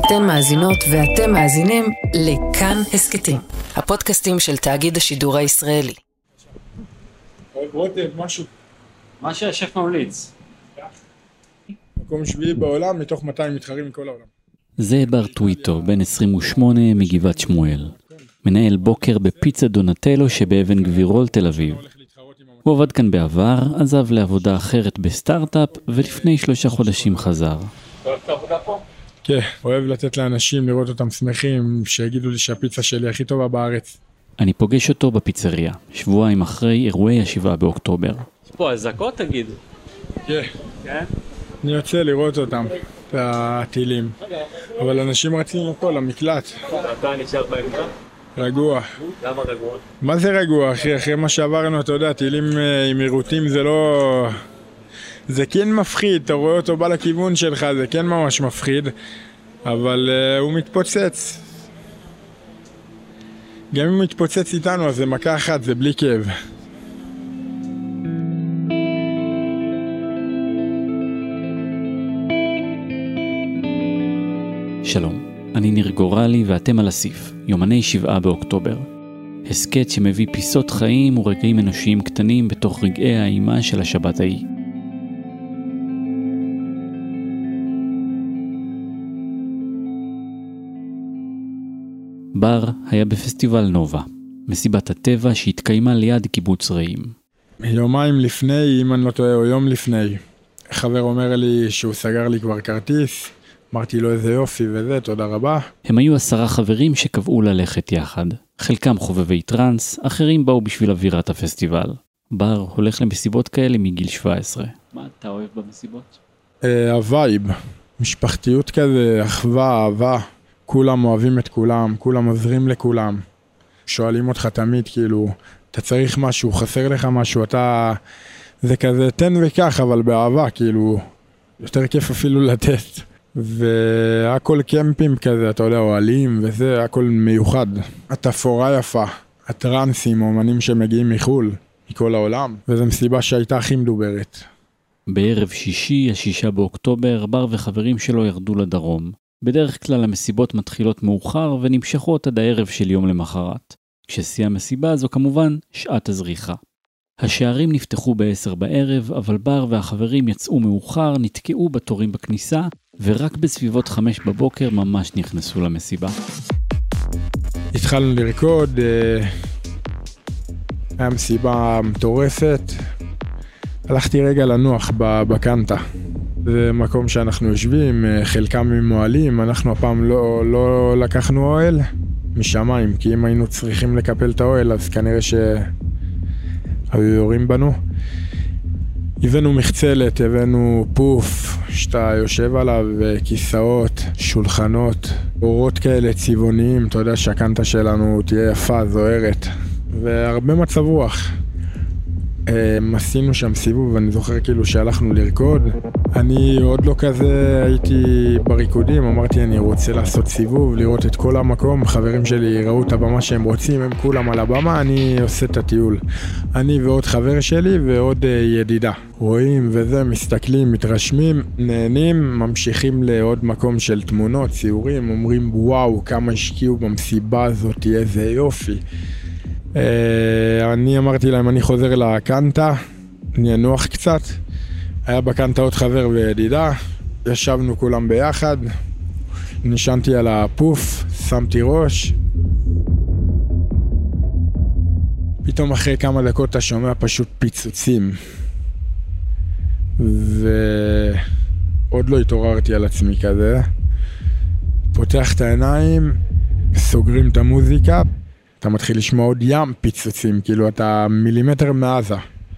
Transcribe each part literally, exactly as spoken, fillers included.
אתן מאזינות ואתם מאזינים לכאן הסקטים, הפודקאסטים של תאגיד השידור הישראלי. רוטב, משהו. מה שהשף ממליץ. מקום שביעי בעולם מתוך מאתיים מתחרים מכל העולם. זה בר טוויטו, בן עשרים ושמונה מגבעת שמואל. מנהל בוקר בפיצה דונטלו שבאבן גבירול תל אביב. הוא עבד כאן בעבר, עזב לעבודה אחרת בסטארט-אפ, ולפני שלושה חודשים חזר. כן, אוהב לתת לאנשים לראות אותם שמחים, שיגידו לי שהפיצה שלי הכי טובה בארץ. אני פוגש אותו בפיצריה, שבועיים אחרי אירועי השבעה באוקטובר. יש פה הזקות תגיד. כן. כן? אני יוצא לראות אותם, את הטילים. אבל אנשים רצים לפה, למקלט. אתה נשאר באמצע? רגוע. למה רגוע? מה זה רגוע, אחי? אחרי מה שעברנו, אתה יודע, טילים עם עירותים זה לא... זה כן מפחיד, אתה רואה אותו בא לכיוון שלך, זה כן ממש מפחיד, אבל uh, הוא מתפוצץ. גם אם הוא מתפוצץ איתנו, אז זה מכה אחת, זה בלי כאב. שלום, אני ניר גורלי ואתם על הסיף, יומני שבעה באוקטובר. הסקט שמביא פיסות חיים ורגעים אנושיים קטנים בתוך רגעי האימה של השבת ההיא. בר היה בפסטיבל נובה, מסיבת הטבע שהתקיימה ליד קיבוץ רעים. יומיים לפני, אם אני לא טועה, או יום לפני, חבר אומר לי שהוא סגר לי כבר כרטיס, אמרתי לו איזה יופי וזה, תודה רבה. הם היו עשרה חברים שקבעו ללכת יחד. חלקם חובבי טרנס, אחרים באו בשביל אווירת הפסטיבל. בר הולך למסיבות כאלה מגיל שבע עשרה. מה אתה אוהב במסיבות? אה, הווייב, משפחתיות כזה, אחווה, אהבה. כולם אוהבים את כולם, כולם עוזרים לכולם. שואלים אותך תמיד, כאילו, אתה צריך משהו, חסר לך משהו, אתה... זה כזה, תן וכך, אבל באהבה, כאילו, יותר כיף אפילו לתת. והכל קמפים כזה, אתה יודע, אוהלים וזה, הכל מיוחד. התפאורה יפה, הטרנסים, אומנים שמגיעים מחול, מכל העולם, וזו מסיבה שהייתה הכי מדוברת. בערב שישי, השישה באוקטובר, בר וחברים שלו ירדו לדרום. בדרך כלל המסיבות מתחילות מאוחר ונמשכות עד הערב של יום למחרת. כשסיימה המסיבה זו כמובן שעת הזריחה. השערים נפתחו בעשר בערב, אבל בר והחברים יצאו מאוחר, נתקעו בתורים בכניסה, ורק בסביבות חמש בבוקר ממש נכנסו למסיבה. התחלנו לרקוד, היה מסיבה מטורפת. הלכתי רגע לנוח בקנטה. זה מקום שאנחנו יושבים, חלקם ממועלים, אנחנו הפעם לא, לא לקחנו אוהל משמיים, כי אם היינו צריכים לקפל את האוהל, אז כנראה שהיו יורים בנו. הבאנו מחצלת, הבאנו פוף, שאתה יושב עליו, כיסאות, שולחנות, אורות כאלה צבעוניים, אתה יודע שהקנטה שלנו תהיה יפה, זוהרת, והרבה מצב רוח. עשינו שם סיבוב, אני זוכר כאילו שהלכנו לרקוד. אני עוד לא כזה הייתי בריקודים, אמרתי אני רוצה לעשות סיבוב, לראות את כל המקום. חברים שלי ראו את הבמה שהם רוצים, הם כולם על הבמה, אני עושה את הטיול. אני ועוד חבר שלי ועוד ידידה. רואים וזה, מסתכלים, מתרשמים, נהנים, ממשיכים לעוד מקום של תמונות, ציורים, אומרים וואו, כמה השקיעו במסיבה הזאת, איזה יופי. אני אמרתי להם, אני חוזר לקנטה, אני אנוח קצת. היה בקנטה עוד חבר וידידה, ישבנו כולם ביחד, נשנתי על הפוף, שמתי ראש. פתאום אחרי כמה דקות אתה שומע פשוט פיצוצים. ועוד לא התעוררתי על עצמי כזה. פותח את העיניים, סוגרים את המוזיקה. אתה מתחיל לשמוע עוד ים פיצוצים, כאילו אתה מילימטר מעזה.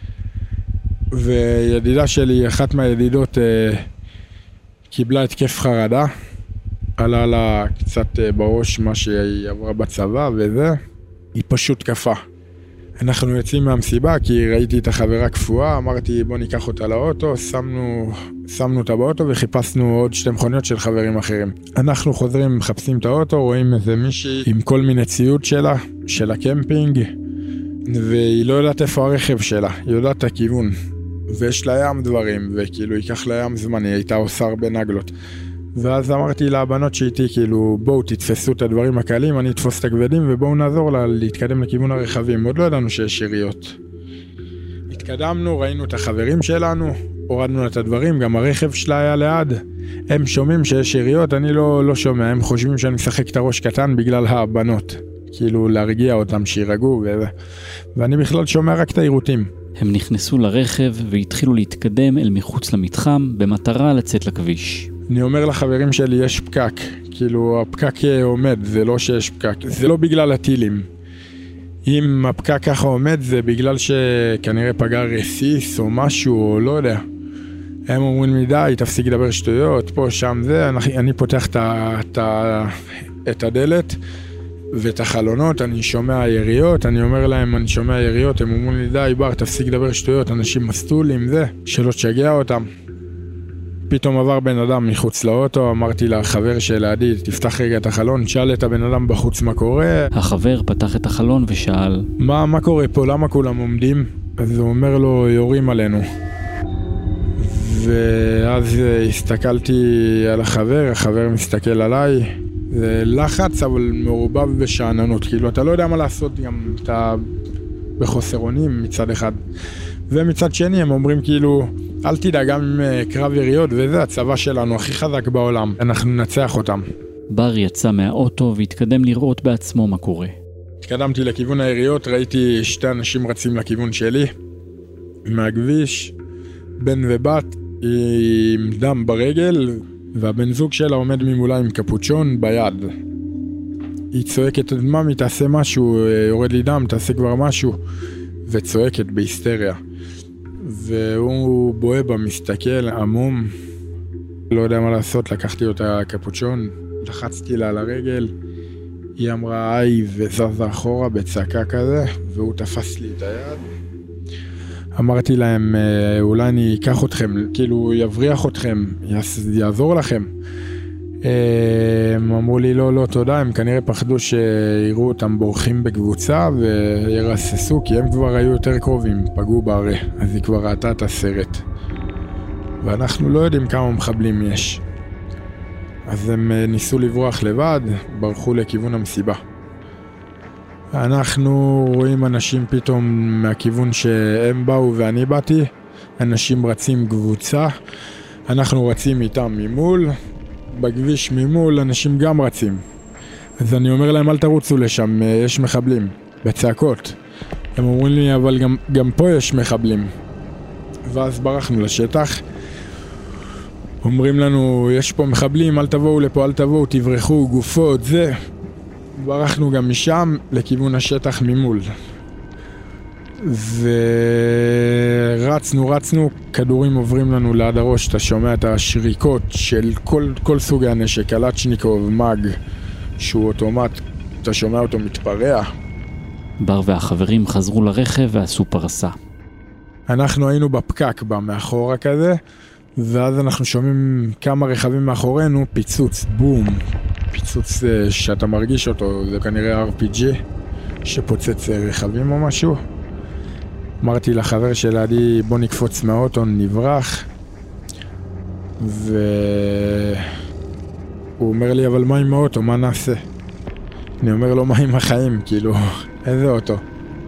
וידידה שלי, אחת מהידידות, אה, קיבלה התקף חרדה. עלה לה קצת אה, בראש מה שהיא עברה בצבא וזה. היא פשוט קפה. אנחנו יוצאים מהמסיבה כי ראיתי את החברה קפואה, אמרתי בוא ניקח אותה לאוטו, שמנו, שמנו אותה באוטו וחיפשנו עוד שתי מכוניות של חברים אחרים. אנחנו חוזרים, מחפשים את האוטו, רואים איזה מישהי עם כל מיני ציוד שלה, של הקמפינג, והיא לא יודעת איפה הרכב שלה, היא יודעת את הכיוון. ויש לה ים דברים, וכאילו ייקח לה ים זמן, היא הייתה עושה הרבה נגלות. ואז אמרתי לבנות שאיתי, כאילו, בואו תתפסו את הדברים הקלים, אני אתפוס את הכבדים, ובואו נעזור לה להתקדם לכיוון הרכבים. עוד לא ידענו שיש יריות. התקדמנו, ראינו את החברים שלנו, הורדנו את הדברים, גם הרכב שלה היה ליד. הם שומעים שיש יריות, אני לא, לא שומע, הם חושבים שאני משחק את הראש קטן בגלל הבנות. כאילו, להרגיע אותם, שירגעו, ו... ואני בכלל שומע רק את העירותים. הם נכנסו לרכב והתחילו להתקדם אל מחוץ למתחם, במטרה לצאת לכביש. אני אומר לחברים שלי, יש פקק. כאילו, הפקק עומד, זה לא שיש פקק. זה לא בגלל הטילים. אם הפקק ככה עומד, זה בגלל שכנראה פגע רסיס או משהו, או לא יודע. הם אומרים לי, די, תפסיק לדבר שטויות, פה, שם, זה. אני, אני פותח את, את, את הדלת ואת החלונות, אני שומע יריות, אני אומר להם, אני שומע יריות, הם אומרים לי, די, בר, תפסיק לדבר שטויות, אנשים מסטולים, זה, שלא תשגע אותם. פתאום עבר בן אדם מחוץ לאוטו, אמרתי לחבר שלידי, תפתח רגע את החלון, שאל את הבן אדם בחוץ מה קורה. החבר פתח את החלון ושאל, מה, מה קורה פה? למה כולם עומדים? אז הוא אומר לו, יורים עלינו. ואז הסתכלתי על החבר, החבר מסתכל עליי. זה לחץ, אבל מעורבב בשעננות. כאילו, אתה לא יודע מה לעשות, גם אתה בחוסר אונים מצד אחד. ומצד שני, הם אומרים כאילו, אל תדאג, גם עם קרב יריות, וזה הצבא שלנו הכי חזק בעולם. אנחנו ננצח אותם. בר יצא מהאוטו והתקדם לראות בעצמו מה קורה. התקדמתי לכיוון היריות, ראיתי שתי אנשים רצים לכיוון שלי, מהכביש, בן ובת, עם דם ברגל, והבן זוג שלה עומד ממולה עם קפוצ'ון ביד. היא צועקת, ממי, תעשה משהו, יורד לי דם, תעשה כבר משהו, וצועקת בהיסטריה. והוא בוהה בה, מסתכל, עמום, לא יודע מה לעשות, לקחתי אותה קפוצ'ון, לחצתי לה על הרגל, היא אמרה איי וזזה אחורה בצעקה כזה, והוא תפס לי את היד. אמרתי להם, אולי אני אקח אתכם, כאילו יבריח אתכם, יעזור לכם. הם אמרו לי, לא, לא, תודה, הם כנראה פחדו שיראו אותם בורחים בקבוצה וירססו, כי הם כבר היו יותר קרובים, פגעו בערי, אז היא כבר ראתה את הסרט. ואנחנו לא יודעים כמה מחבלים יש. אז הם ניסו לברוח לבד, ברחו לכיוון המסיבה. אנחנו רואים אנשים פתאום מהכיוון שהם באו ואני באתי, אנשים רצים קבוצה, אנחנו רצים איתם ממול, בכביש ממול אנשים גם רצים. אז אני אומר להם, אל תרוצו לשם, יש מחבלים, בצעקות. הם אומרים לי, אבל גם, גם פה יש מחבלים. ואז ברחנו לשטח, אומרים לנו, יש פה מחבלים, אל תבואו לפה, אל תבואו, תברחו, גופות, זה. ברחנו גם משם לכיוון השטח ממול. ורצנו, רצנו, כדורים עוברים לנו ליד הראש, אתה שומע את השריקות של כל, כל סוגי הנשק, קלצ'ניקוב, מג, שהוא אוטומט, אתה שומע אותו מתפרע. בר והחברים חזרו לרכב ועשו פרסה. אנחנו היינו בפקק במאחורה כזה, ואז אנחנו שומעים כמה רכבים מאחורינו, פיצוץ, בום. פיצוץ שאתה מרגיש אותו, זה כנראה אר פי ג'י שפוצץ רכבים או משהו. אמרתי לחבר שלידי, בוא נקפוץ מהאוטו, נברח. והוא אומר לי, אבל מה עם האוטו, מה נעשה? אני אומר לו, מה עם החיים, כאילו, איזה אוטו?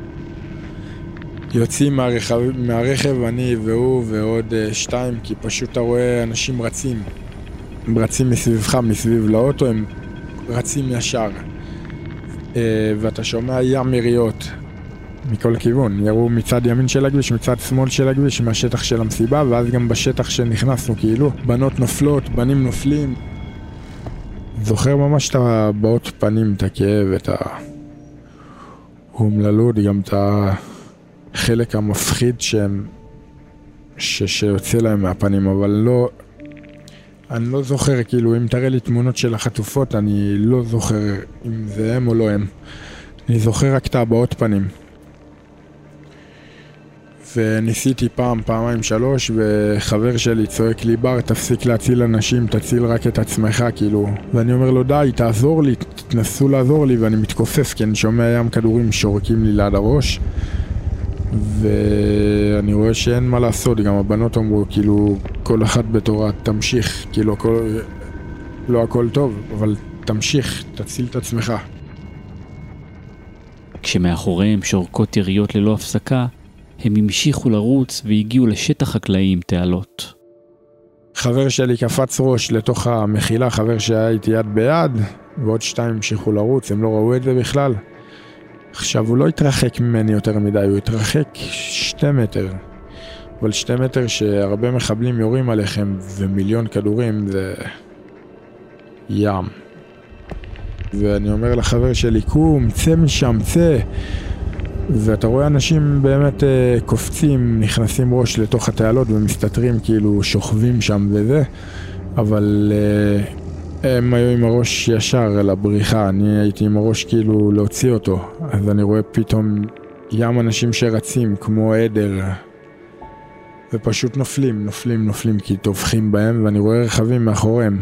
יוצאים מהרכב, מהרכב אני והוא ועוד שתיים, כי פשוט אתה רואה אנשים רצים. הם רצים מסביבך, מסביב לאוטו, הם רצים ישר. ואתה שומע ים יריות מכל כיוון. ירו מצד ימין של הכביש, מצד שמאל של הכביש, מהשטח של המסיבה, ואז גם בשטח שנכנסנו, כאילו. בנות נופלות, בנים נופלים. זוכר ממש את הבעות פנים, את הכאב, את ההומללות, גם את החלק המפחיד שהם, ש... שיוצא להם מהפנים, אבל לא... אני לא זוכר, כאילו, אם תראה לי תמונות של החטופות, אני לא זוכר אם זה הם או לא הם. אני זוכר רק את הבעות פנים. וניסיתי פעם, פעמיים, שלוש, וחבר שלי צועק לי, בר, תפסיק להציל אנשים, תציל רק את עצמך, כאילו. ואני אומר לו, די, תעזור לי, תנסו לעזור לי, ואני מתכופף, כי אני שומע ים כדורים שורקים לי ליד הראש. ואני רואה שאין מה לעשות, גם הבנות אמרו, כאילו, כל אחת בתורה תמשיך, כאילו, כל... לא הכל טוב, אבל תמשיך, תציל את עצמך. כשמאחוריהם שורקות יריות ללא הפסקה, הם המשיכו לרוץ והגיעו לשטח חקלאי עם תעלות. חבר שלי קפץ ראש לתוך המחילה, חבר שהיה איתי יד ביד, ועוד שתיים המשיכו לרוץ, הם לא ראו את זה בכלל. עכשיו הוא לא התרחק ממני יותר מדי, הוא התרחק שתי מטר. אבל שתי מטר שהרבה מחבלים יורים עליכם, ומיליון כדורים זה ים. ואני אומר לחבר שלי, קום, צא משם, צא. ואתה רואה אנשים באמת uh, קופצים, נכנסים ראש לתוך התעלות ומסתתרים, כאילו שוכבים שם וזה, אבל uh, הם היו עם הראש ישר אל הבריחה, אני הייתי עם הראש כאילו להוציא אותו, אז אני רואה פתאום ים אנשים שרצים כמו עדר, ופשוט נופלים, נופלים, נופלים, כי טובחים בהם, ואני רואה רכבים מאחוריהם.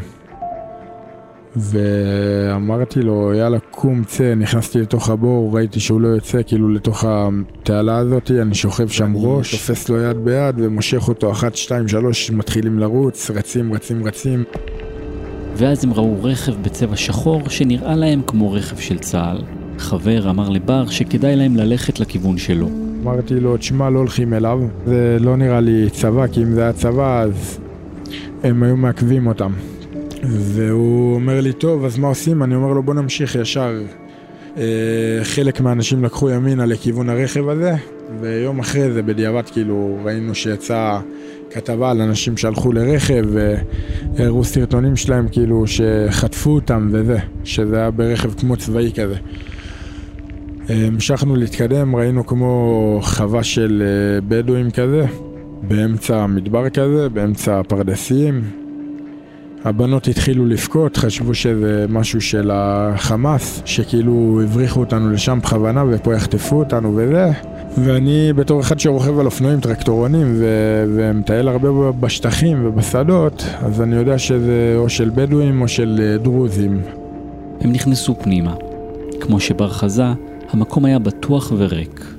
ואמרתי לו, יאללה, קום, צא, נכנסתי לתוך הבור, ראיתי שהוא לא יוצא, כאילו לתוך התעלה הזאת, אני שוכב שם ראש, תופס לו יד ביד ומושך אותו, אחת, שתיים, שלוש, מתחילים לרוץ, רצים, רצים, רצים. ואז הם ראו רכב בצבע שחור שנראה להם כמו רכב של צה"ל. חבר אמר לבר שכדאי להם ללכת לכיוון שלו. אמרתי לו, תשמע, לא הולכים אליו, זה לא נראה לי צבא, כי אם זה היה צבא, אז הם היו מעכבים אותם. והוא אומר לי, טוב, אז מה עושים? אני אומר לו, בוא נמשיך ישר. חלק מהאנשים לקחו ימינה לכיוון הרכב הזה, ויום אחרי זה בדיעבד כאילו ראינו שיצא כתבה על אנשים שהלכו לרכב והראו סרטונים שלהם כאילו שחטפו אותם וזה, שזה היה ברכב כמו צבאי כזה. המשכנו להתקדם, ראינו כמו חווה של בדואים כזה, באמצע המדבר כזה, באמצע הפרדסים. הבנות התחילו לבכות, חשבו שזה משהו של החמאס, שכאילו הבריחו אותנו לשם בכוונה ופה יחטפו אותנו וזה. ואני בתור אחד שרוכב על אופנועים טרקטורונים ו- ומטייל הרבה בשטחים ובשדות, אז אני יודע שזה או של בדואים או של דרוזים. הם נכנסו פנימה. כמו שבר חזה, המקום היה בטוח וריק.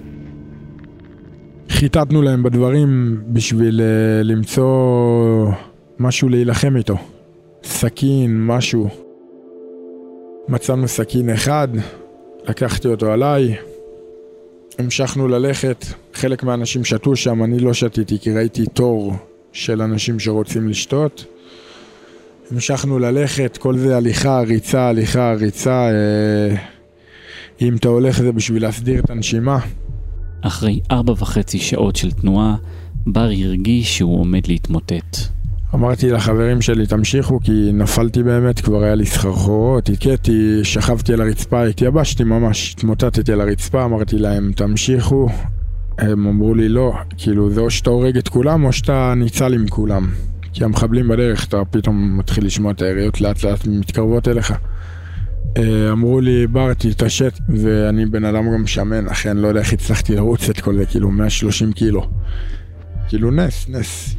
חיטטנו להם בדברים בשביל למצוא משהו להילחם איתו. סכין, משהו. מצאנו סכין אחד, לקחתי אותו עליי, המשכנו ללכת, חלק מהאנשים שתו שם, אני לא שתיתי כי ראיתי תור של אנשים שרוצים לשתות. המשכנו ללכת, כל זה הליכה, ריצה, הליכה, ריצה, אה, אם אתה הולך זה בשביל להסדיר את הנשימה. אחרי ארבע וחצי שעות של תנועה, בר הרגיש שהוא עומד להתמוטט. אמרתי לחברים שלי, תמשיכו, כי נפלתי באמת, כבר היה לי סחרחורות, הכיתי, שכבתי על הרצפה, התייבשתי ממש, התמוטטתי על הרצפה, אמרתי להם, תמשיכו. הם אמרו לי, לא, כאילו זה או שאתה הורג את כולם, או שאתה ניצל עם כולם. כי המחבלים בדרך, אתה פתאום מתחיל לשמוע את היריות לאט לאט מתקרבות אליך. אמרו לי, בר, תתעשת, ואני בן אדם גם שמן, אחי, אני לא יודע איך הצלחתי לרוץ את כל זה, כאילו מאה ושלושים קילו. כאילו נס, נס.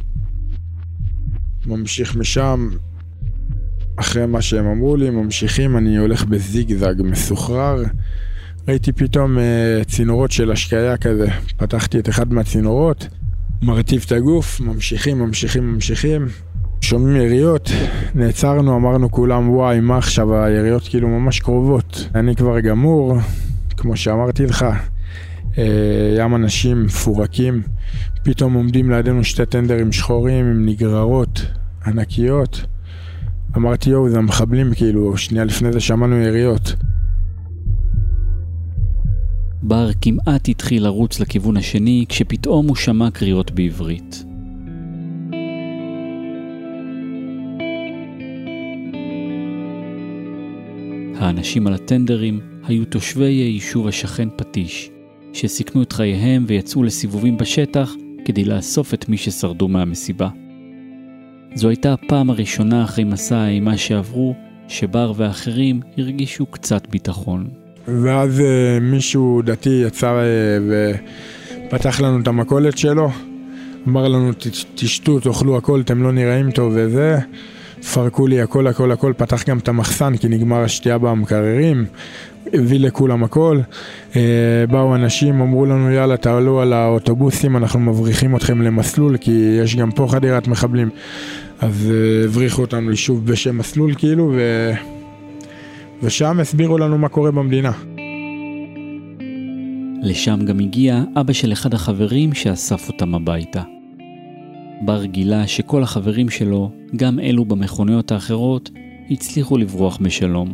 ממשיך משם, אחרי מה שהם אמרו לי, ממשיכים, אני הולך בזיגזג מסוחרר. ראיתי פתאום uh, צינורות של השקיה כזה, פתחתי את אחד מהצינורות, מרטיב את הגוף, ממשיכים, ממשיכים, ממשיכים. שומעים יריות, נעצרנו, אמרנו כולם, וואי, מה עכשיו, היריות כאילו ממש קרובות. אני כבר גמור, כמו שאמרתי לך, ים אנשים מפורקים, פתאום עומדים לידינו שתי טנדרים שחורים עם נגררות ענקיות. אמרתי, יואו, זה המחבלים כאילו, שנייה לפני זה שמענו יריות. בר כמעט התחיל לרוץ לכיוון השני, כשפתאום הוא שמע קריאות בעברית. האנשים על הטנדרים היו תושבי היישוב השכן פטיש, שסיכנו את חייהם ויצאו לסיבובים בשטח כדי לאסוף את מי ששרדו מהמסיבה. זו הייתה הפעם הראשונה אחרי מסע האימה שעברו, שבר ואחרים הרגישו קצת ביטחון. ואז uh, מישהו דתי יצא uh, ופתח לנו את המכולת שלו, אמר לנו, תשתו, תאכלו הכל, אתם לא נראים טוב וזה. פרקו לי הכל, הכל, הכל, פתח גם את המחסן כי נגמר השתייה במקררים, הביא לכולם הכל. באו אנשים, אמרו לנו, יאללה, תעלו על האוטובוסים, אנחנו מבריחים אתכם למסלול כי יש גם פה חדירת מחבלים. אז הבריחו אותנו ליישוב בשם מסלול כאילו, ו... ושם הסבירו לנו מה קורה במדינה. לשם גם הגיע אבא של אחד החברים שאסף אותם הביתה. בר גילה שכל החברים שלו, גם אלו במכוניות האחרות, הצליחו לברוח בשלום.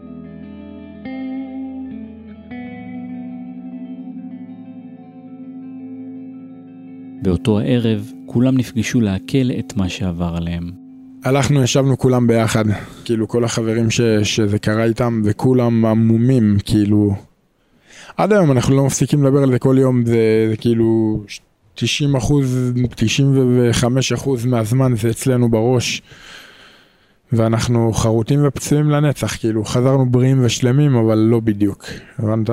באותו הערב, כולם נפגשו להקל את מה שעבר עליהם. הלכנו, ישבנו כולם ביחד, כאילו כל החברים ש... שזה קרה איתם, וכולם עמומים, כאילו... עד היום אנחנו לא מפסיקים לדבר על זה כל יום, זה, זה כאילו תשעים אחוז, תשעים וחמישה אחוז מהזמן זה אצלנו בראש, ואנחנו חרוטים ופצועים לנצח, כאילו חזרנו בריאים ושלמים, אבל לא בדיוק, הבנת?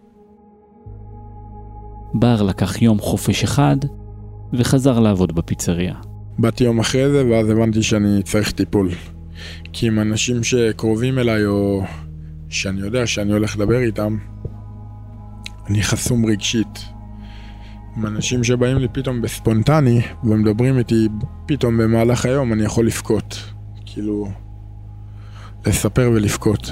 בר לקח יום חופש אחד, וחזר לעבוד בפיצריה. באתי יום אחרי זה, ואז הבנתי שאני צריך טיפול. כי עם אנשים שקרובים אליי, או שאני יודע שאני הולך לדבר איתם, אני חסום רגשית. עם אנשים שבאים לי פתאום בספונטני, ומדברים איתי פתאום במהלך היום, אני יכול לפקוט. כאילו, לספר ולפקוט.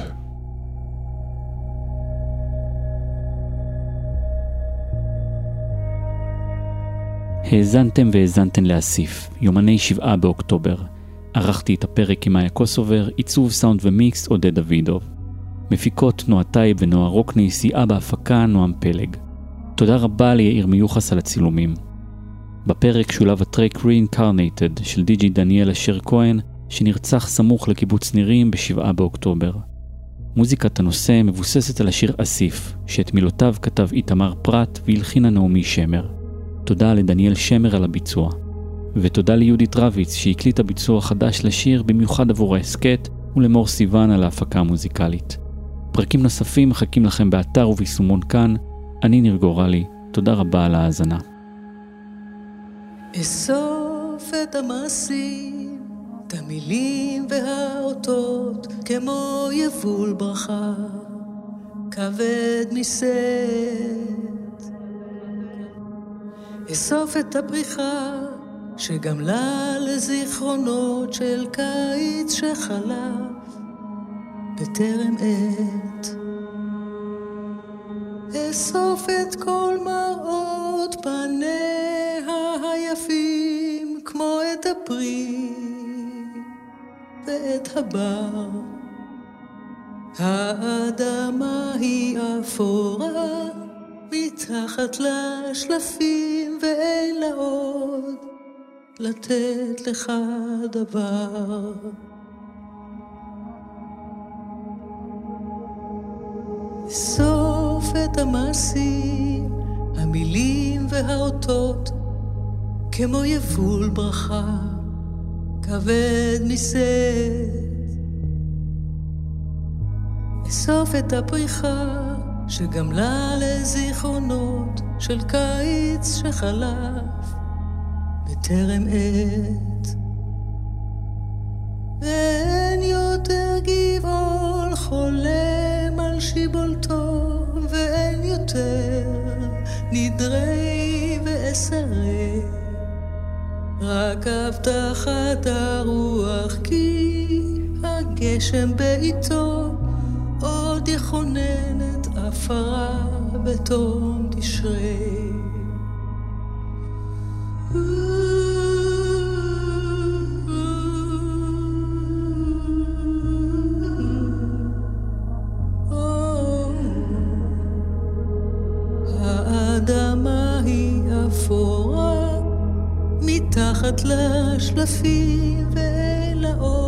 האזנתם והאזנתן לאסיף, יומני שבעה באוקטובר. ערכתי את הפרק עם מאיה קוסובר, עיצוב סאונד ומיקס עודד דוידוב. מפיקות נועה טייב ונועה רוקני, סייעה בהפקה נועם פלג. תודה רבה ליאיר מיוחס על הצילומים. בפרק שולב הטרק Reincarnated של די-ג'י דניאל אשר כהן, שנרצח סמוך לקיבוץ נירים בשבעה באוקטובר. מוזיקת הנושא מבוססת על השיר אסיף, שאת מילותיו כתב איתמר פרט והלחינה נעמי שמר. תודה לדניאל שמר על הביצוע. ותודה ליהודית רביץ שהקליטה ביצוע חדש לשיר במיוחד עבור העסקת, ולמור סיוון על ההפקה המוזיקלית. פרקים נוספים מחכים לכם באתר וביישומון כאן. אני ניר גורלי, תודה רבה על ההאזנה. אסוף את המעשים, את המילים והאותות, כמו יבול ברכה, כבד מסת. אסוף את הבריחה, שגמלה לזיכרונות של קיץ שחלף, בטרם עת. אסוף את כל מראות פניה היפים, כמו את הפרי ואת הבר. האדמה היא אפורה, מתחת לשלפים, ואין לה עוד לתת לך דבר. סוף את המעשים, המילים והאותות, כמו יבול ברכה, כבד מסת. אסוף את הפריחה, שגמלה לזיכרונות של קיץ שחלף, בטרם עת. ואין יותר גבעול חולם על שיבולתו, ואין יותר נדרי ועשרה, רק הבטחת הרוח, כי הגשם בעיתו עוד יכוננת אפרה בתום תשרי. האדמה היא אפורה, מתחת לשלפים ואל האור.